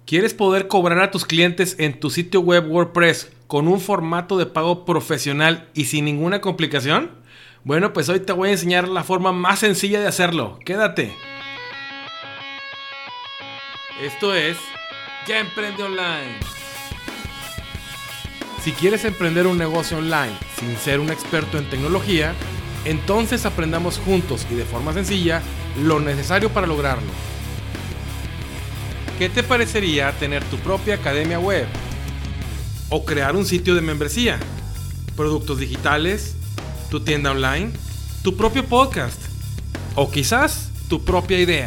¿Quieres poder cobrar a tus clientes en tu sitio web WordPress con un formato de pago profesional y sin ninguna complicación? Bueno, pues hoy te voy a enseñar la forma más sencilla de hacerlo. Quédate. Esto es Ya Emprende Online. Si quieres emprender un negocio online sin ser un experto en tecnología, entonces aprendamos juntos y de forma sencilla lo necesario para lograrlo. ¿Qué te parecería tener tu propia academia web? ¿O crear un sitio de membresía? ¿Productos digitales? ¿Tu tienda online? ¿Tu propio podcast? ¿O quizás tu propia idea?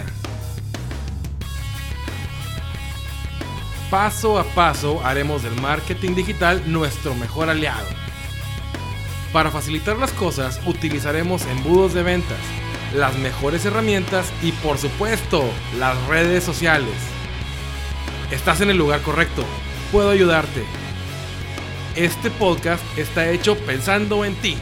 Paso a paso haremos del marketing digital nuestro mejor aliado. Para facilitar las cosas utilizaremos embudos de ventas, las mejores herramientas y por supuesto las redes sociales. Estás en el lugar correcto, puedo ayudarte. Este podcast está hecho pensando en ti.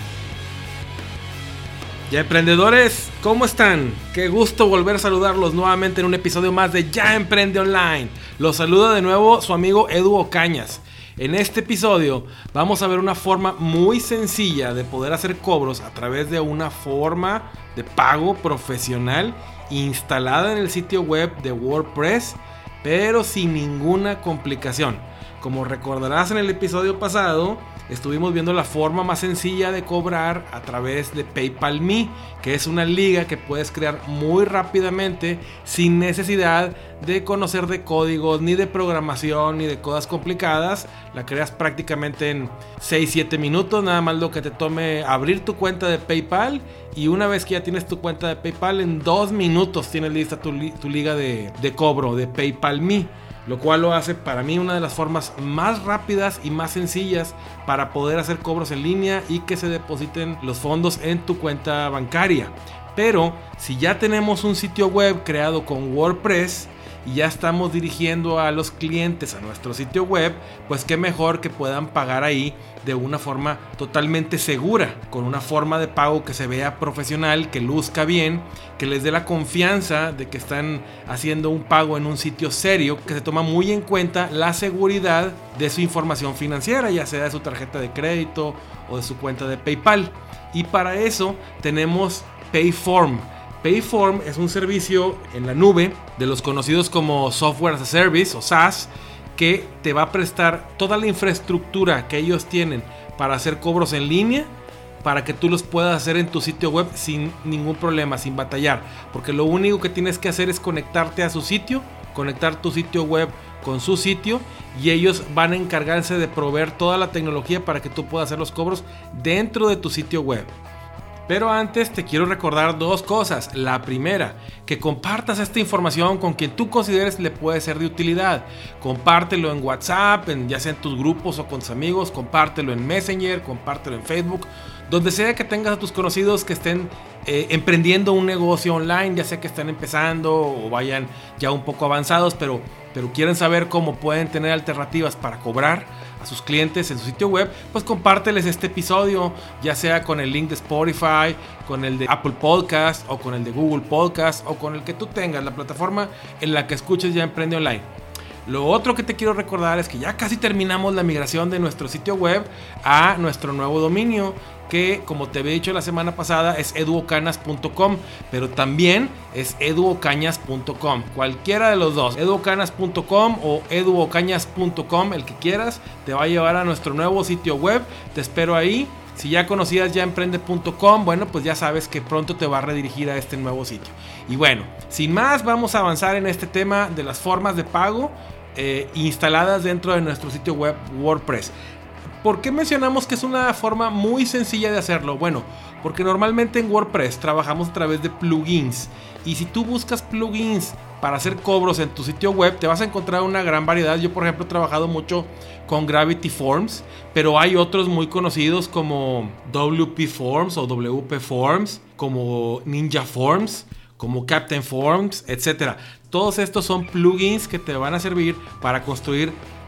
Ya emprendedores, ¿cómo están? Qué gusto volver a saludarlos nuevamente en un episodio más de Ya Emprende Online. Los saluda de nuevo su amigo Edu Ocañas. En este episodio vamos a ver una forma muy sencilla de poder hacer cobros a través de una forma de pago profesional instalada en el sitio web de WordPress, pero sin ninguna complicación. Como recordarás, en el episodio pasado estuvimos viendo la forma más sencilla de cobrar a través de PayPal.me, que es una liga que puedes crear muy rápidamente sin necesidad de conocer de códigos, ni de programación, ni de cosas complicadas. La creas prácticamente en 6-7 minutos, nada más lo que te tome abrir tu cuenta de PayPal, y una vez que ya tienes tu cuenta de PayPal, en 2 minutos tienes lista tu liga de cobro de PayPal.me. Lo cual lo hace para mí una de las formas más rápidas y más sencillas para poder hacer cobros en línea y que se depositen los fondos en tu cuenta bancaria. Pero si ya tenemos un sitio web creado con WordPress y ya estamos dirigiendo a los clientes a nuestro sitio web, pues qué mejor que puedan pagar ahí de una forma totalmente segura, con una forma de pago que se vea profesional, que luzca bien, que les dé la confianza de que están haciendo un pago en un sitio serio, que se toma muy en cuenta la seguridad de su información financiera, ya sea de su tarjeta de crédito o de su cuenta de PayPal. Y para eso tenemos Payform. Payform es un servicio en la nube de los conocidos como Software as a Service o SaaS, que te va a prestar toda la infraestructura que ellos tienen para hacer cobros en línea, para que tú los puedas hacer en tu sitio web sin ningún problema, sin batallar, porque lo único que tienes que hacer es conectarte a su sitio, conectar tu sitio web con su sitio, y ellos van a encargarse de proveer toda la tecnología para que tú puedas hacer los cobros dentro de tu sitio web. Pero antes te quiero recordar 2 cosas. La primera, que compartas esta información con quien tú consideres le puede ser de utilidad. Compártelo en WhatsApp, ya sea en tus grupos o con tus amigos. Compártelo en Messenger, compártelo en Facebook. Donde sea que tengas a tus conocidos que estén emprendiendo un negocio online, ya sea que estén empezando o vayan ya un poco avanzados, pero quieren saber cómo pueden tener alternativas para cobrar a sus clientes en su sitio web, pues compárteles este episodio, ya sea con el link de Spotify, con el de Apple Podcast o con el de Google Podcast o con el que tú tengas, la plataforma en la que escuches Ya Emprende Online. Lo otro que te quiero recordar es que ya casi terminamos la migración de nuestro sitio web a nuestro nuevo dominio, que como te había dicho la semana pasada es eduocanas.com, pero también es eduocañas.com, cualquiera de los dos, eduocanas.com o eduocañas.com, el que quieras, te va a llevar a nuestro nuevo sitio web. Te espero ahí. Si ya conocías yaemprende.com, bueno, pues ya sabes que pronto te va a redirigir a este nuevo sitio. Y bueno, sin más, vamos a avanzar en este tema de las formas de pago instaladas dentro de nuestro sitio web WordPress. ¿Por qué mencionamos que es una forma muy sencilla de hacerlo? Bueno, porque normalmente en WordPress trabajamos a través de plugins. Y si tú buscas plugins para hacer cobros en tu sitio web, te vas a encontrar una gran variedad. Yo, por ejemplo, he trabajado mucho con Gravity Forms, pero hay otros muy conocidos como WP Forms o WP Forms, como Ninja Forms, como Captain Forms, etc. Todos estos son plugins que te van a servir para construir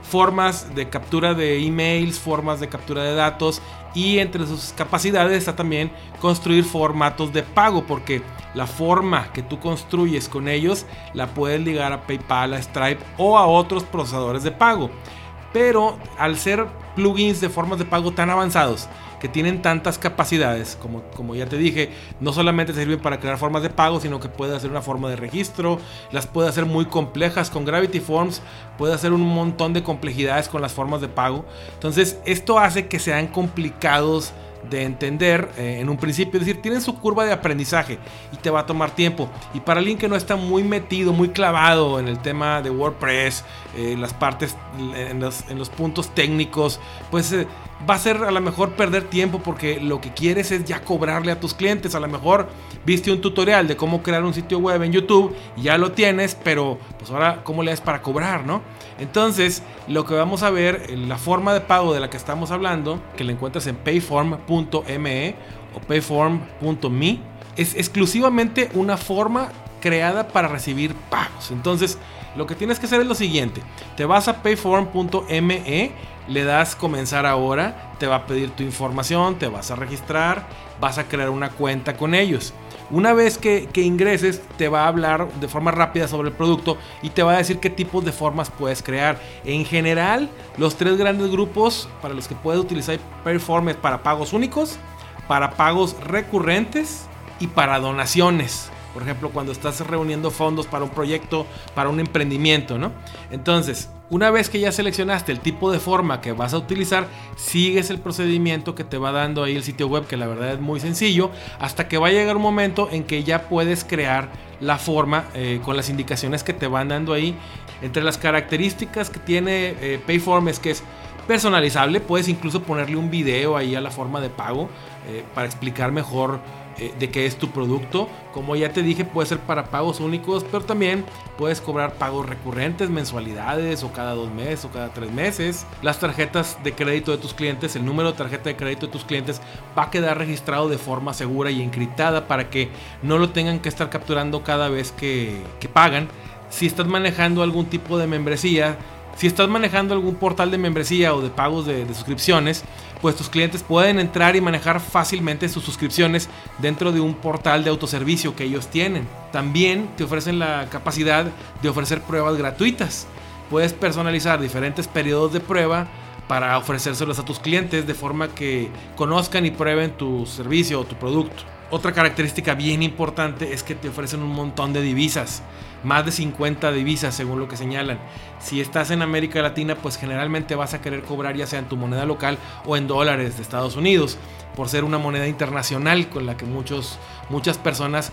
formas de captura de emails, formas de captura de datos, y entre sus capacidades está también construir formatos de pago, porque la forma que tú construyes con ellos la puedes ligar a PayPal, a Stripe o a otros procesadores de pago. Pero al ser plugins de formas de pago tan avanzados, que tienen tantas capacidades, como ya te dije, no solamente sirven para crear formas de pago, sino que puede hacer una forma de registro, las puede hacer muy complejas con Gravity Forms, puede hacer un montón de complejidades con las formas de pago. Entonces esto hace que sean complicados de entender en un principio, es decir, tienen su curva de aprendizaje y te va a tomar tiempo. Y para alguien que no está muy metido, muy clavado en el tema de WordPress, las partes, en los puntos técnicos, pues va a ser a lo mejor perder tiempo, porque lo que quieres es ya cobrarle a tus clientes. A lo mejor viste un tutorial de cómo crear un sitio web en YouTube y ya lo tienes, pero pues ahora cómo le das para cobrar, ¿no? Entonces lo que vamos a ver, la forma de pago de la que estamos hablando, que la encuentras en payform.me o payform.me, es exclusivamente una forma creada para recibir pagos. Entonces lo que tienes que hacer es lo siguiente: te vas a payform.me, le das comenzar ahora, te va a pedir tu información, te vas a registrar, vas a crear una cuenta con ellos. Una vez que ingreses, te va a hablar de forma rápida sobre el producto y te va a decir qué tipos de formas puedes crear. En general, los tres grandes grupos para los que puedes utilizar Payform es para pagos únicos, para pagos recurrentes y para donaciones. Por ejemplo, cuando estás reuniendo fondos para un proyecto, para un emprendimiento, ¿no? Entonces, una vez que ya seleccionaste el tipo de forma que vas a utilizar, sigues el procedimiento que te va dando ahí el sitio web, que la verdad es muy sencillo, hasta que va a llegar un momento en que ya puedes crear la forma con las indicaciones que te van dando ahí. Entre las características que tiene Payform es que es personalizable. Puedes incluso ponerle un video ahí a la forma de pago para explicar mejor de qué es tu producto. Como ya te dije, puede ser para pagos únicos, pero también puedes cobrar pagos recurrentes, mensualidades, o cada 2 meses o cada 3 meses. Las tarjetas de crédito de tus clientes, el número de tarjeta de crédito de tus clientes va a quedar registrado de forma segura y encriptada para que no lo tengan que estar capturando cada vez que pagan. Si estás manejando algún tipo de membresía, si estás manejando algún portal de membresía o de pagos de suscripciones, pues tus clientes pueden entrar y manejar fácilmente sus suscripciones dentro de un portal de autoservicio que ellos tienen. También te ofrecen la capacidad de ofrecer pruebas gratuitas. Puedes personalizar diferentes periodos de prueba para ofrecérselos a tus clientes de forma que conozcan y prueben tu servicio o tu producto. Otra característica bien importante es que te ofrecen un montón de divisas, más de 50 divisas según lo que señalan. Si estás en América Latina, pues generalmente vas a querer cobrar ya sea en tu moneda local o en dólares de Estados Unidos, por ser una moneda internacional con la que muchas personas,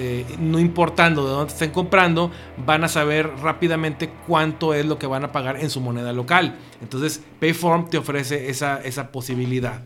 no importando de dónde estén comprando, van a saber rápidamente cuánto es lo que van a pagar en su moneda local. Entonces Payform te ofrece esa posibilidad.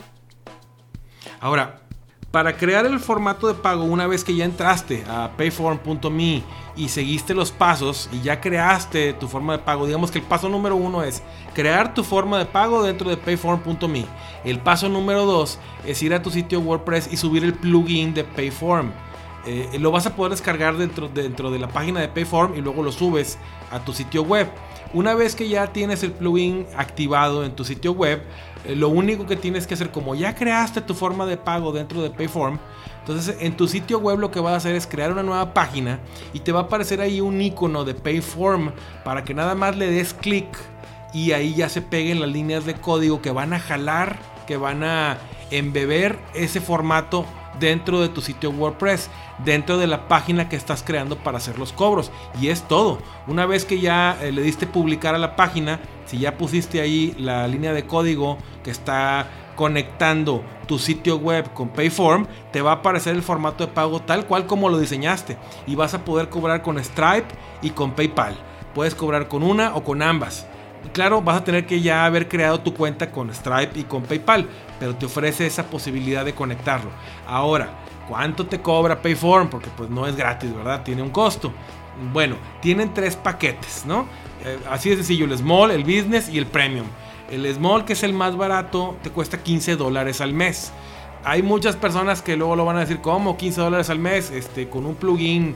Ahora, para crear el formato de pago, una vez que ya entraste a payform.me y seguiste los pasos y ya creaste tu forma de pago, digamos que el paso número 1 es crear tu forma de pago dentro de payform.me. El paso número 2 es ir a tu sitio WordPress y subir el plugin de Payform. Lo vas a poder descargar dentro de la página de Payform y luego lo subes a tu sitio web. Una vez que ya tienes el plugin activado en tu sitio web, lo único que tienes que hacer, como ya creaste tu forma de pago dentro de Payform, entonces en tu sitio web lo que vas a hacer es crear una nueva página y te va a aparecer ahí un icono de Payform para que nada más le des clic y ahí ya se peguen las líneas de código que van a jalar, que van a embeber ese formato dentro de tu sitio WordPress, dentro de la página que estás creando para hacer los cobros. Y es todo. Una vez que ya le diste publicar a la página, si ya pusiste ahí la línea de código que está conectando tu sitio web con Payform, te va a aparecer el formato de pago tal cual como lo diseñaste y vas a poder cobrar con Stripe y con PayPal. Puedes cobrar con una o con ambas. Claro, vas a tener que ya haber creado tu cuenta con Stripe y con PayPal, pero te ofrece esa posibilidad de conectarlo. Ahora, ¿cuánto te cobra Payform? Porque pues no es gratis, ¿verdad? Tiene un costo. Bueno, tienen 3 paquetes, ¿no? Así de sencillo, el Small, el Business y el Premium. El Small, que es el más barato, te cuesta $15 al mes. Hay muchas personas que luego lo van a decir, ¿cómo? $15 al mes, con un plugin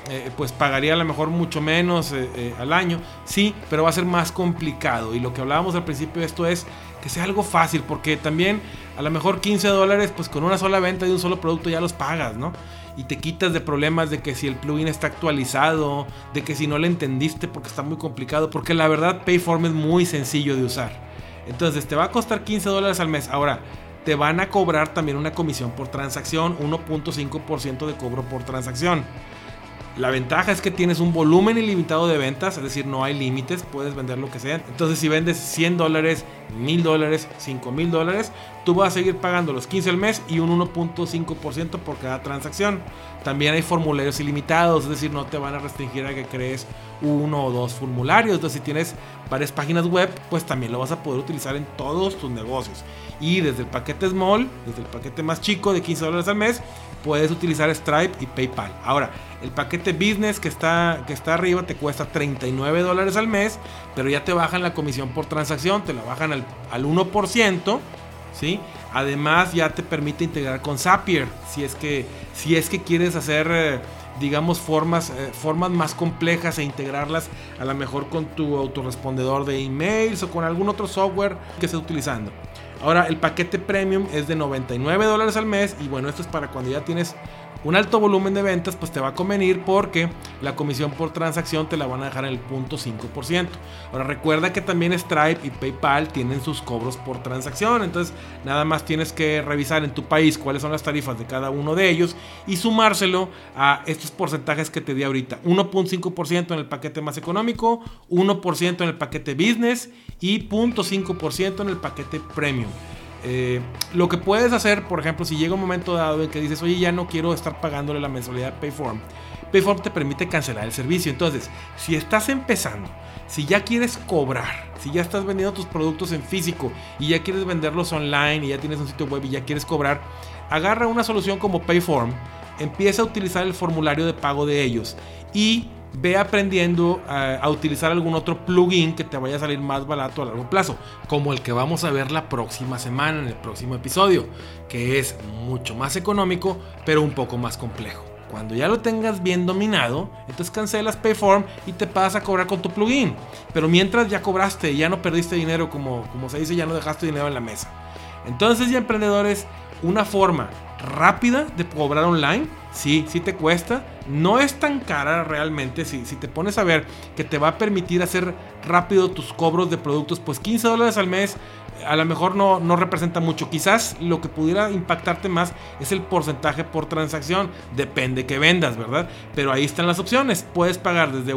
pues pagaría a lo mejor mucho menos al año, sí, pero va a ser más complicado. Y lo que hablábamos al principio de esto es que sea algo fácil, porque también a lo mejor $15, pues con una sola venta de un solo producto ya los pagas, ¿no? Y te quitas de problemas de que si el plugin está actualizado, de que si no le entendiste porque está muy complicado, porque la verdad Payform es muy sencillo de usar. Entonces te va a costar $15 al mes. Ahora, te van a cobrar también una comisión por transacción, 1.5% de cobro por transacción. La ventaja es que tienes un volumen ilimitado de ventas, es decir, no hay límites, puedes vender lo que sea. Entonces, si vendes $100, $1,000, $5,000, tú vas a seguir pagando los 15 al mes y un 1.5% por cada transacción. También hay formularios ilimitados, es decir, no te van a restringir a que crees 1 o 2 formularios. Entonces, si tienes varias páginas web, pues también lo vas a poder utilizar en todos tus negocios. Y desde el paquete small, desde el paquete más chico de $15 al mes, puedes utilizar Stripe y PayPal. Ahora, el paquete business que está arriba te cuesta $39 al mes, pero ya te bajan la comisión por transacción, te la bajan al 1%, ¿sí? Además ya te permite integrar con Zapier, si es que quieres hacer digamos formas más complejas e integrarlas a lo mejor con tu autorrespondedor de emails o con algún otro software que estés utilizando. Ahora, el paquete premium es de $99 al mes, y bueno, esto es para cuando ya tienes un alto volumen de ventas, pues te va a convenir porque la comisión por transacción te la van a dejar en el 0.5%. Ahora, recuerda que también Stripe y PayPal tienen sus cobros por transacción, entonces nada más tienes que revisar en tu país cuáles son las tarifas de cada uno de ellos y sumárselo a estos porcentajes que te di ahorita: 1.5% en el paquete más económico, 1% en el paquete business y 0.5% en el paquete premium. Lo que puedes hacer, por ejemplo, si llega un momento dado en que dices, oye, ya no quiero estar pagándole la mensualidad a Payform te permite cancelar el servicio. Entonces, si estás empezando, si ya quieres cobrar, si ya estás vendiendo tus productos en físico y ya quieres venderlos online y ya tienes un sitio web y ya quieres cobrar, agarra una solución como Payform, empieza a utilizar el formulario de pago de ellos y ve aprendiendo a utilizar algún otro plugin que te vaya a salir más barato a largo plazo, como el que vamos a ver la próxima semana en el próximo episodio, que es mucho más económico pero un poco más complejo. Cuando ya lo tengas bien dominado, entonces cancelas Payform y te pasas a cobrar con tu plugin. Pero mientras ya cobraste, ya no perdiste dinero, como se dice, ya no dejaste dinero en la mesa. Entonces, ya emprendedores, una forma rápida de cobrar online, sí te cuesta, no es tan cara realmente. Si te pones a ver que te va a permitir hacer rápido tus cobros de productos, pues $15 al mes a lo mejor no representa mucho. Quizás lo que pudiera impactarte más es el porcentaje por transacción, depende que vendas, ¿verdad? Pero ahí están las opciones, puedes pagar desde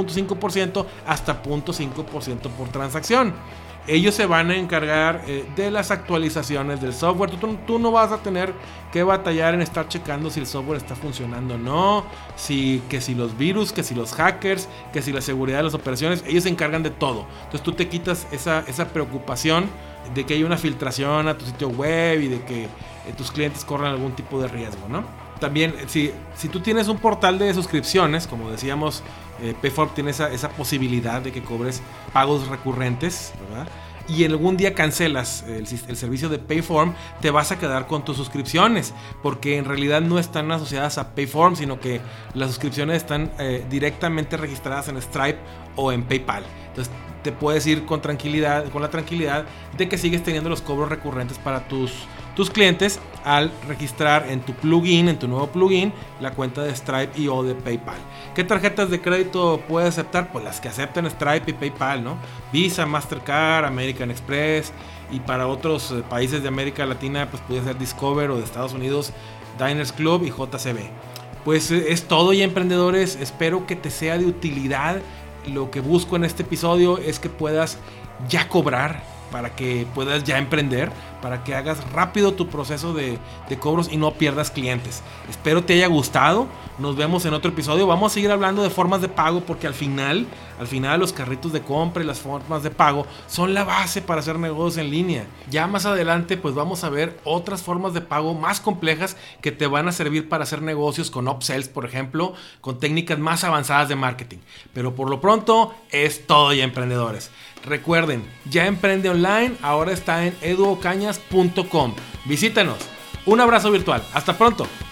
1.5% hasta 0.5% por transacción. Ellos se van a encargar de las actualizaciones del software. Tú no vas a tener que batallar en estar checando si el software está funcionando o no, que si los virus, que si los hackers, que si la seguridad de las operaciones. Ellos se encargan de todo. Entonces tú te quitas esa preocupación de que haya una filtración a tu sitio web y de que tus clientes corran algún tipo de riesgo, ¿no? También, si tú tienes un portal de suscripciones, como decíamos, Payform tiene esa posibilidad de que cobres pagos recurrentes, ¿verdad? Y en algún día cancelas el servicio de Payform, te vas a quedar con tus suscripciones, porque en realidad no están asociadas a Payform, sino que las suscripciones están directamente registradas en Stripe o en PayPal. Entonces te puedes ir con la tranquilidad de que sigues teniendo los cobros recurrentes para tus clientes al registrar en tu nuevo plugin, la cuenta de Stripe y o de PayPal. ¿Qué tarjetas de crédito puedes aceptar? Pues las que aceptan Stripe y PayPal, ¿no? Visa, Mastercard, American Express, y para otros países de América Latina, pues puede ser Discover, o de Estados Unidos, Diners Club y JCB. Pues es todo, ya emprendedores. Espero que te sea de utilidad. Lo que busco en este episodio es que puedas ya cobrar, para que puedas ya emprender, para que hagas rápido tu proceso de cobros y no pierdas clientes. Espero te haya gustado. Nos vemos en otro episodio. Vamos a seguir hablando de formas de pago, porque al final los carritos de compra y las formas de pago son la base para hacer negocios en línea. Ya más adelante pues vamos a ver otras formas de pago más complejas que te van a servir para hacer negocios con upsells, por ejemplo, con técnicas más avanzadas de marketing. Pero por lo pronto es todo, ya emprendedores. Recuerden, Ya Emprende Online ahora está en eduocañas.com. Visítanos. Un abrazo virtual. Hasta pronto.